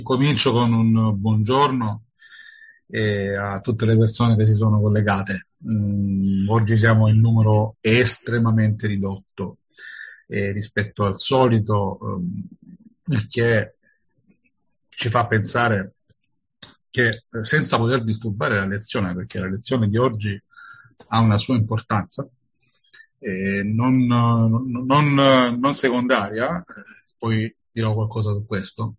Comincio con un buongiorno a tutte le persone che si sono collegate. Oggi siamo in numero estremamente ridotto rispetto al solito, il che ci fa pensare che senza voler disturbare la lezione, perché la lezione di oggi ha una sua importanza, non secondaria, poi dirò qualcosa su questo.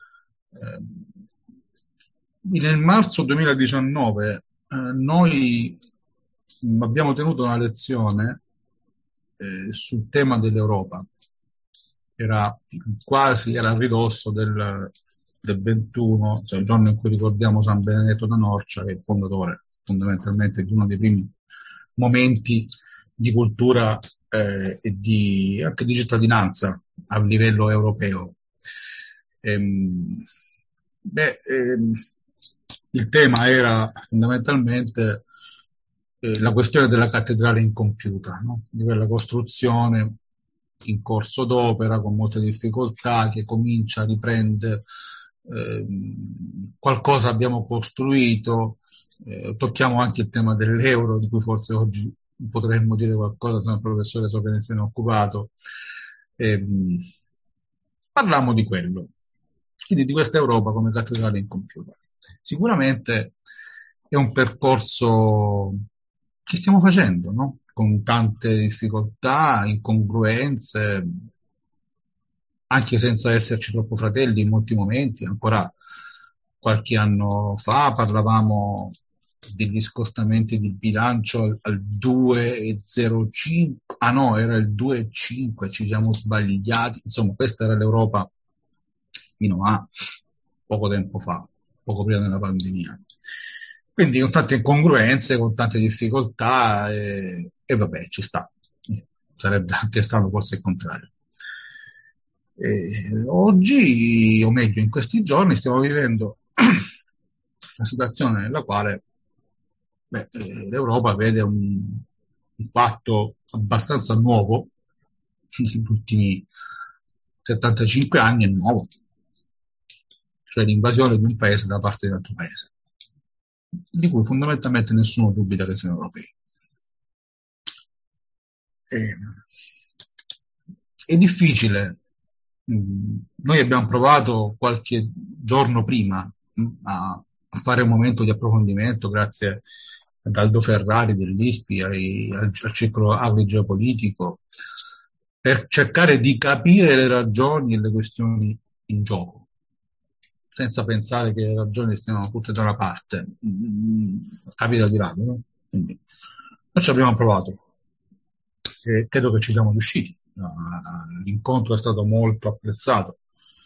Nel marzo 2019 noi abbiamo tenuto una lezione sul tema dell'Europa. Era a ridosso del 21, cioè il giorno in cui ricordiamo San Benedetto da Norcia, che è il fondatore fondamentalmente di uno dei primi momenti di cultura e anche di cittadinanza a livello europeo. Beh, il tema era fondamentalmente la questione della cattedrale incompiuta, no? Di quella costruzione in corso d'opera con molte difficoltà che comincia a riprendere qualcosa abbiamo costruito, tocchiamo anche il tema dell'euro di cui forse oggi potremmo dire qualcosa se il professore Sopra se ne è occupato. Parliamo di quello, quindi di questa Europa come cattedrale incompiuta. Sicuramente è un percorso che stiamo facendo, no? Con tante difficoltà, incongruenze, anche senza esserci troppo fratelli in molti momenti. Ancora qualche anno fa parlavamo degli scostamenti di bilancio al 2,05, ah no, era il 2,5, ci siamo sbagliati, insomma questa era l'Europa fino a poco tempo fa, poco prima della pandemia. Quindi con tante incongruenze, con tante difficoltà e vabbè, ci sta. Sarebbe anche stato forse il contrario. Oggi, o meglio in questi giorni, stiamo vivendo una situazione nella quale l'Europa vede un fatto abbastanza nuovo, negli ultimi 75 anni è nuovo, cioè l'invasione di un paese da parte di un altro paese, di cui fondamentalmente nessuno dubita che siano europei. È difficile. Noi abbiamo provato qualche giorno prima a fare un momento di approfondimento grazie ad Aldo Ferrari dell'ISPI, al ciclo agri-geopolitico, per cercare di capire le ragioni e le questioni in gioco, senza pensare che le ragioni stiano tutte da una parte. Capita di rado, no? Quindi, noi ci abbiamo provato e credo che ci siamo riusciti. L'incontro è stato molto apprezzato.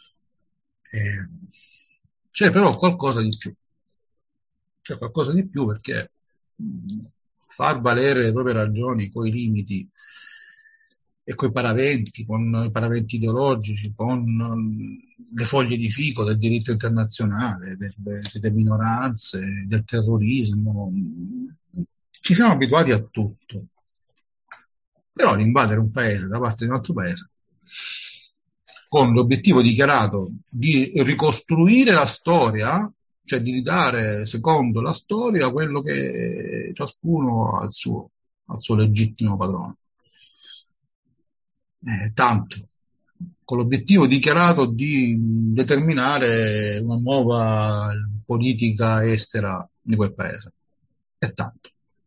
C'è però qualcosa di più. C'è qualcosa di più perché far valere le proprie ragioni coi limiti e coi paraventi, con i paraventi ideologici, con le foglie di fico del diritto internazionale, delle minoranze, del terrorismo. Ci siamo abituati a tutto. Però l'invadere un paese da parte di un altro paese con l'obiettivo dichiarato di ricostruire la storia, cioè di ridare secondo la storia quello che ciascuno ha al suo legittimo padrone. Tanto, con l'obiettivo dichiarato di determinare una nuova politica estera di quel paese. È tanto.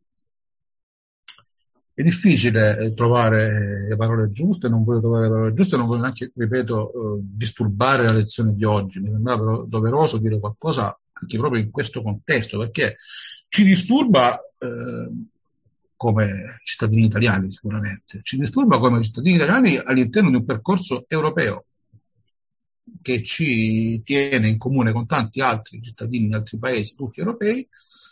È difficile trovare le parole giuste, non voglio trovare le parole giuste, non voglio neanche, ripeto, disturbare la lezione di oggi. Mi sembra però doveroso dire qualcosa anche proprio in questo contesto, perché ci disturba come cittadini italiani sicuramente, ci disturba come cittadini italiani all'interno di un percorso europeo che ci tiene in comune con tanti altri cittadini di altri paesi, tutti europei,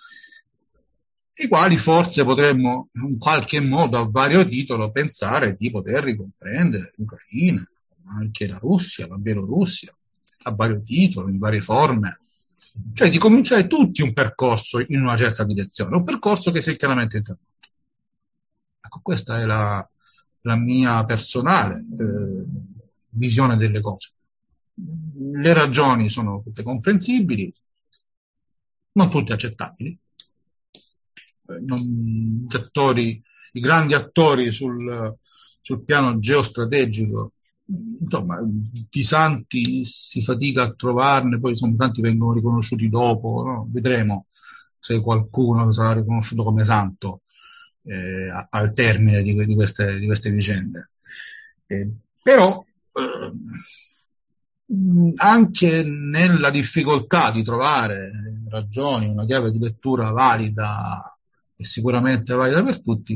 i quali forse potremmo in qualche modo a vario titolo pensare di poter ricomprendere l'Ucraina, anche la Russia, la Bielorussia, a vario titolo, in varie forme, cioè di cominciare tutti un percorso in una certa direzione, un percorso che sia chiaramente interrotto. Ecco, questa è la mia personale visione delle cose. Le ragioni sono tutte comprensibili, non tutte accettabili. I grandi attori sul piano geostrategico, insomma, di santi si fatica a trovarne, poi insomma, tanti vengono riconosciuti dopo, no? Vedremo se qualcuno sarà riconosciuto come santo al termine di queste vicende. Però anche nella difficoltà di trovare ragioni, una chiave di lettura valida e sicuramente valida per tutti,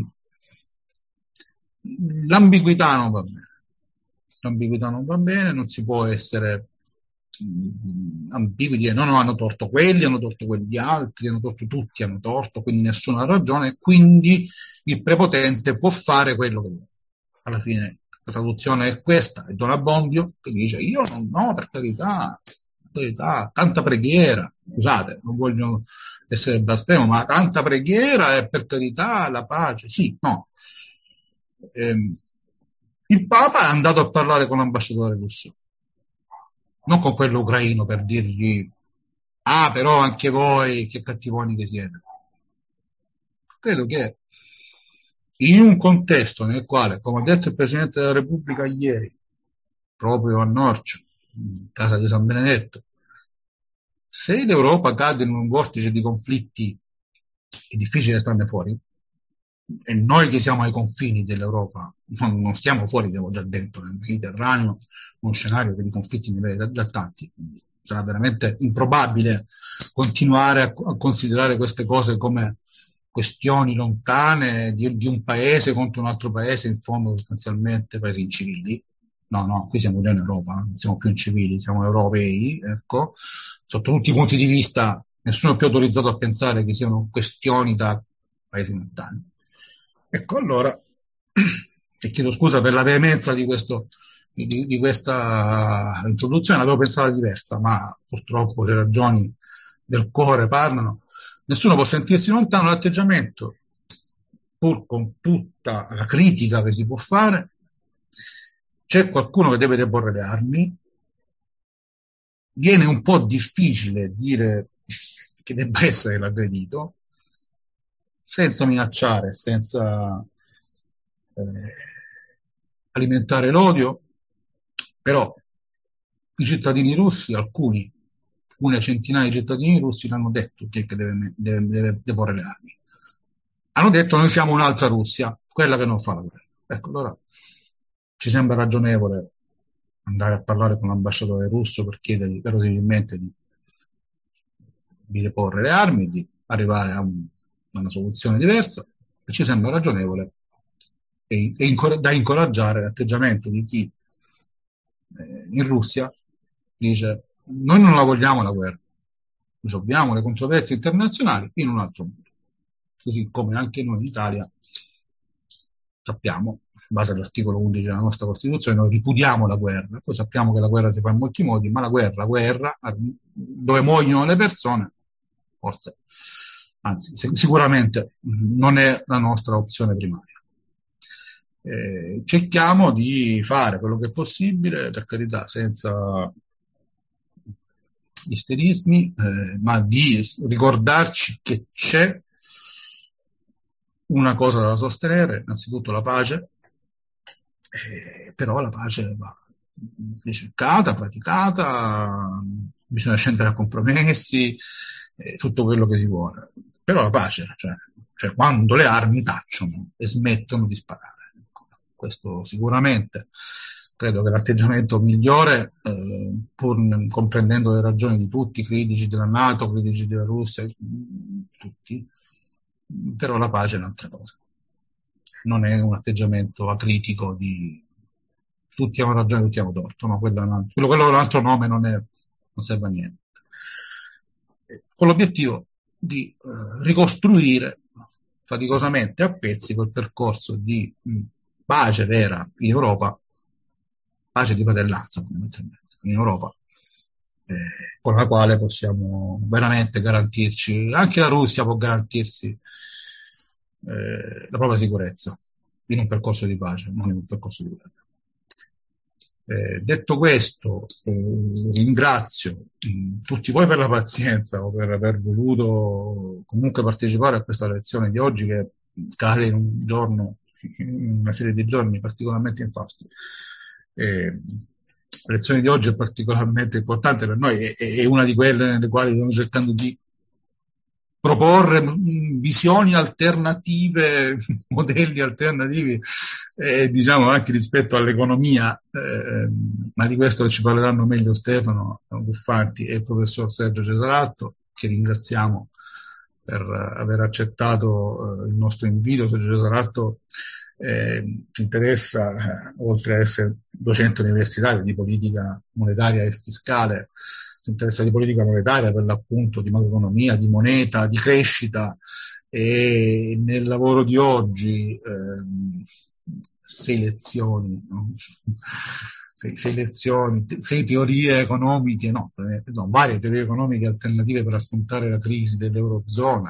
l'ambiguità non va bene. L'ambiguità non va bene, non si può essere ambigui, dire no, hanno torto quegli altri, hanno torto tutti, hanno torto, quindi nessuno ha ragione, quindi il prepotente può fare quello che vuole. Alla fine la traduzione è questa, è Don Abbondio che dice io no, per carità, tanta preghiera, scusate, non voglio essere blasfemo, ma tanta preghiera e per carità la pace, sì, no. Il Papa è andato a parlare con l'ambasciatore russo, non con quello ucraino per dirgli però anche voi che cattivoni che siete. Credo che in un contesto nel quale, come ha detto il Presidente della Repubblica ieri, proprio a Norcia, in casa di San Benedetto, se l'Europa cade in un vortice di conflitti è difficile starne fuori, e noi che siamo ai confini dell'Europa non stiamo fuori, siamo già dentro nel Mediterraneo, uno scenario che di conflitti ne vede già tanti, quindi sarà veramente improbabile continuare a considerare queste cose come questioni lontane di un paese contro un altro paese, in fondo sostanzialmente paesi incivili. No, qui siamo già in Europa, non siamo più incivili, siamo europei, ecco. Sotto tutti i punti di vista nessuno è più autorizzato a pensare che siano questioni da paesi lontani. Ecco, allora, e chiedo scusa per la veemenza di questa introduzione, l'avevo pensata diversa, ma purtroppo le ragioni del cuore parlano. Nessuno può sentirsi lontano dall'atteggiamento, pur con tutta la critica che si può fare. C'è qualcuno che deve deporre le armi. Viene un po' difficile dire che debba essere l'aggredito, senza minacciare, senza alimentare l'odio, però i cittadini russi, una centinaia di cittadini russi l'hanno detto che deve deporre le armi. Hanno detto noi siamo un'altra Russia, quella che non fa la guerra. Ecco, allora ci sembra ragionevole andare a parlare con l'ambasciatore russo per chiedergli verosimilmente di deporre le armi, di arrivare a una soluzione diversa, e ci sembra ragionevole da incoraggiare l'atteggiamento di chi in Russia dice noi non la vogliamo la guerra, risolviamo le controversie internazionali in un altro modo, così come anche noi in Italia sappiamo, in base all'articolo 11 della nostra Costituzione, noi ripudiamo la guerra, poi sappiamo che la guerra si fa in molti modi, ma la guerra dove muoiono le persone, forse, anzi sicuramente non è la nostra opzione primaria. Cerchiamo di fare quello che è possibile, per carità, senza isterismi, ma di ricordarci che c'è una cosa da sostenere, innanzitutto la pace, però la pace va ricercata, praticata, bisogna scendere a compromessi, tutto quello che si vuole. Però la pace, cioè quando le armi tacciono e smettono di sparare. Questo sicuramente credo che l'atteggiamento migliore, pur comprendendo le ragioni di tutti, critici della NATO, critici della Russia, tutti, però la pace è un'altra cosa. Non è un atteggiamento acritico di tutti hanno ragione, tutti hanno torto, ma quello è un altro nome, non serve a niente. Con l'obiettivo di ricostruire faticosamente a pezzi quel percorso di pace vera in Europa, pace di fratellanza fondamentalmente in Europa, con la quale possiamo veramente garantirci, anche la Russia può garantirsi la propria sicurezza in un percorso di pace, non in un percorso di guerra. Detto questo, ringrazio tutti voi per la pazienza o per aver voluto comunque partecipare a questa lezione di oggi, che cade in un giorno, in una serie di giorni particolarmente infausti. La lezione di oggi è particolarmente importante per noi, è una di quelle nelle quali stiamo cercando di proporre visioni alternative, modelli alternativi, diciamo anche rispetto all'economia, ma di questo ci parleranno meglio Stefano Buffanti e il professor Sergio Cesaralto, che ringraziamo per aver accettato il nostro invito. Sergio Cesaralto ci interessa, oltre a essere docente universitario di politica monetaria e fiscale, si interessa di politica monetaria, per l'appunto di macroeconomia, di moneta, di crescita, e nel lavoro di oggi 6 lezioni, no? 6 lezioni, 6 teorie economiche, varie teorie economiche alternative per affrontare la crisi dell'Eurozona,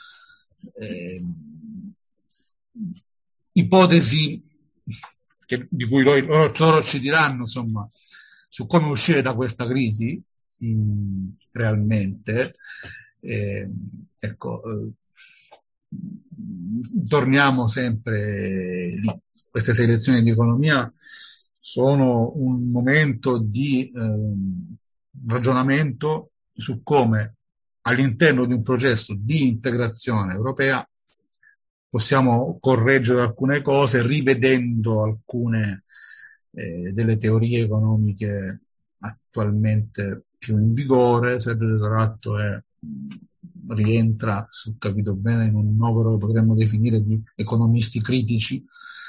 ipotesi di cui loro ci diranno, insomma, su come uscire da questa crisi realmente. Torniamo sempre lì. Queste 6 lezioni di economia sono un momento di ragionamento su come all'interno di un processo di integrazione europea possiamo correggere alcune cose rivedendo alcune delle teorie economiche attualmente più in vigore. Sergio Cesaralto rientra, se ho capito bene, in un novero che potremmo definire di economisti critici.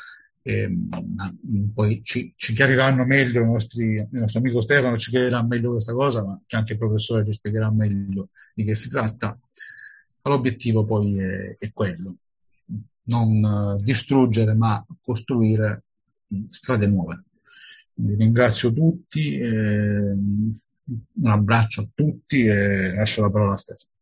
Poi ci chiariranno meglio il nostro amico Stefano ci chiarirà meglio questa cosa, ma che anche il professore ci spiegherà meglio di che si tratta. L'obiettivo poi è quello, non distruggere ma costruire strade nuove. Quindi ringrazio tutti, un abbraccio a tutti e lascio la parola a Stefano.